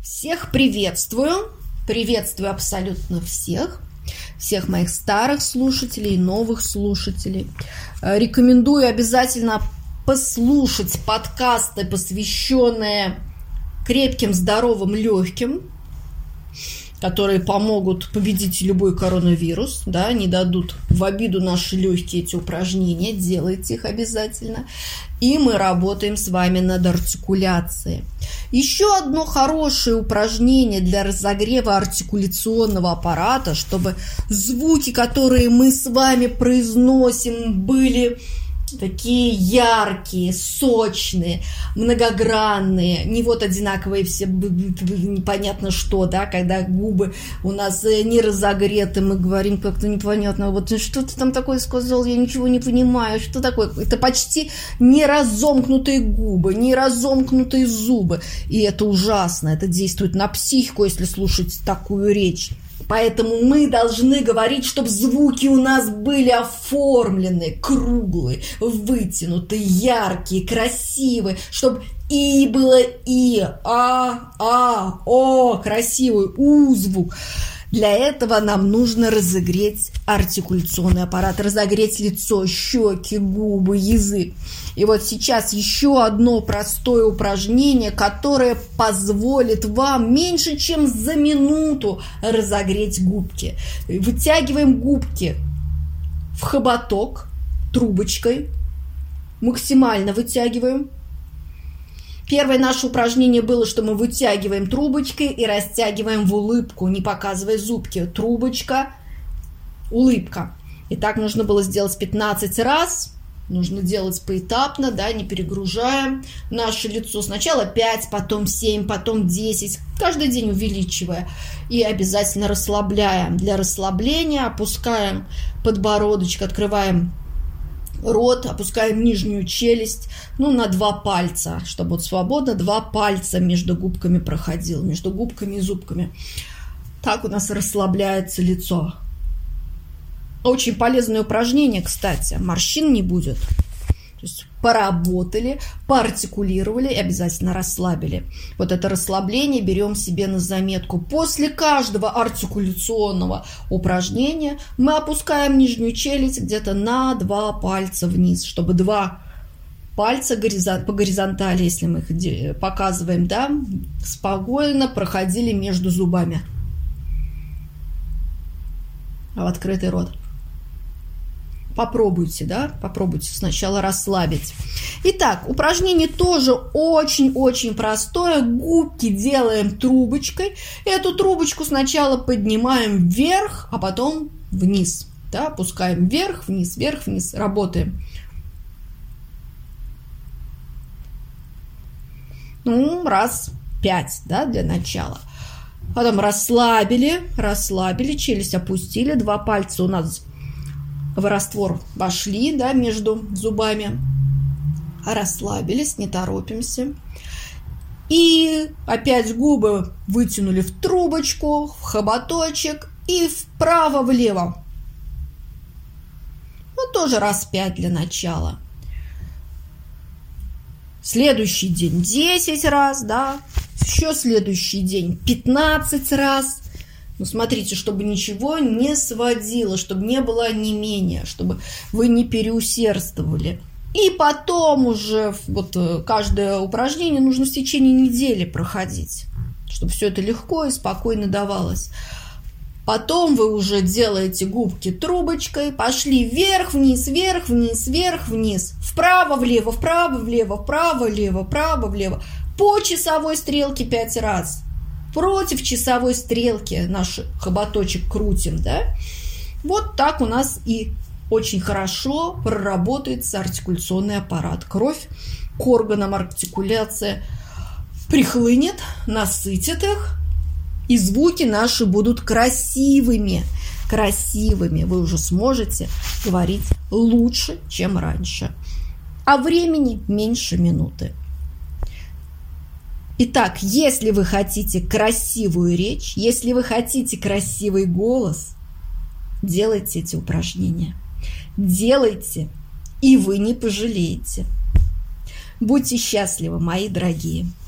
Всех приветствую, приветствую абсолютно всех моих старых слушателей и новых слушателей. Рекомендую обязательно послушать подкасты, посвященные крепким, здоровым, легким, которые помогут победить любой коронавирус, да, не дадут в обиду наши легкие эти упражнения, делайте их обязательно. И мы работаем с вами над артикуляцией. Еще одно хорошее упражнение для разогрева артикуляционного аппарата, чтобы звуки, которые мы с вами произносим, были такие яркие, сочные, многогранные, не вот одинаковые все, непонятно что, да, когда губы у нас не разогреты, мы говорим как-то непонятно, вот что ты там такое сказал, я ничего не понимаю, что такое? Это почти не разомкнутые губы, не разомкнутые зубы, и это ужасно, это действует на психику, если слушать такую речь. Поэтому мы должны говорить, чтобы звуки у нас были оформлены, круглые, вытянутые, яркие, красивые, чтобы и было и, о, красивый у звук. Для этого нам нужно разогреть артикуляционный аппарат, разогреть лицо, щеки, губы, язык. И вот сейчас еще одно простое упражнение, которое позволит вам меньше, чем за минуту разогреть губки. Вытягиваем губки в хоботок трубочкой, максимально вытягиваем. Первое наше упражнение было, что мы вытягиваем трубочкой и растягиваем в улыбку, не показывая зубки. Трубочка, улыбка. И так нужно было сделать 15 раз. Нужно делать поэтапно, да, не перегружая наше лицо. Сначала 5, потом 7, потом 10. Каждый день увеличивая. И обязательно расслабляя. Для расслабления опускаем подбородочек, открываем рот, опускаем нижнюю челюсть, на 2 пальца, чтобы вот свободно 2 пальца между губками проходило, между губками и зубками. Так у нас расслабляется лицо. Очень полезное упражнение, кстати, морщин не будет. То есть поработали, поартикулировали и обязательно расслабили. Вот это расслабление берем себе на заметку. После каждого артикуляционного упражнения мы опускаем нижнюю челюсть где-то на 2 пальца вниз, чтобы 2 пальца по горизонтали, если мы их показываем, да, спокойно проходили между зубами. В открытый рот. Попробуйте, да, попробуйте сначала расслабить. Итак, упражнение тоже очень-очень простое. Губки делаем трубочкой. Эту трубочку сначала поднимаем вверх, а потом вниз. Да, опускаем вверх, вниз, работаем. Раз 5, да, для начала. Потом расслабили, челюсть опустили, 2 пальца у нас в раствор вошли, да, между зубами. Расслабились, не торопимся. И опять губы вытянули в трубочку, в хоботочек и вправо-влево. Тоже раз 5 для начала. Следующий день 10 раз, да. Еще следующий день 15 раз. Смотрите, чтобы ничего не сводило, чтобы не было онемения, чтобы вы не переусердствовали. И потом уже каждое упражнение нужно в течение недели проходить, чтобы все это легко и спокойно давалось. Потом вы уже делаете губки трубочкой, пошли вверх-вниз, вверх-вниз, вверх-вниз, вправо-влево, вправо-влево, вправо-влево, вправо-влево, по часовой стрелке 5 раз. Против часовой стрелки наш хоботочек крутим, да? Вот так у нас и очень хорошо проработается артикуляционный аппарат. Кровь к органам артикуляции прихлынет, насытит их, и звуки наши будут красивыми. Вы уже сможете говорить лучше, чем раньше. А времени меньше минуты. Итак, если вы хотите красивую речь, если вы хотите красивый голос, делайте эти упражнения. Делайте, и вы не пожалеете. Будьте счастливы, мои дорогие.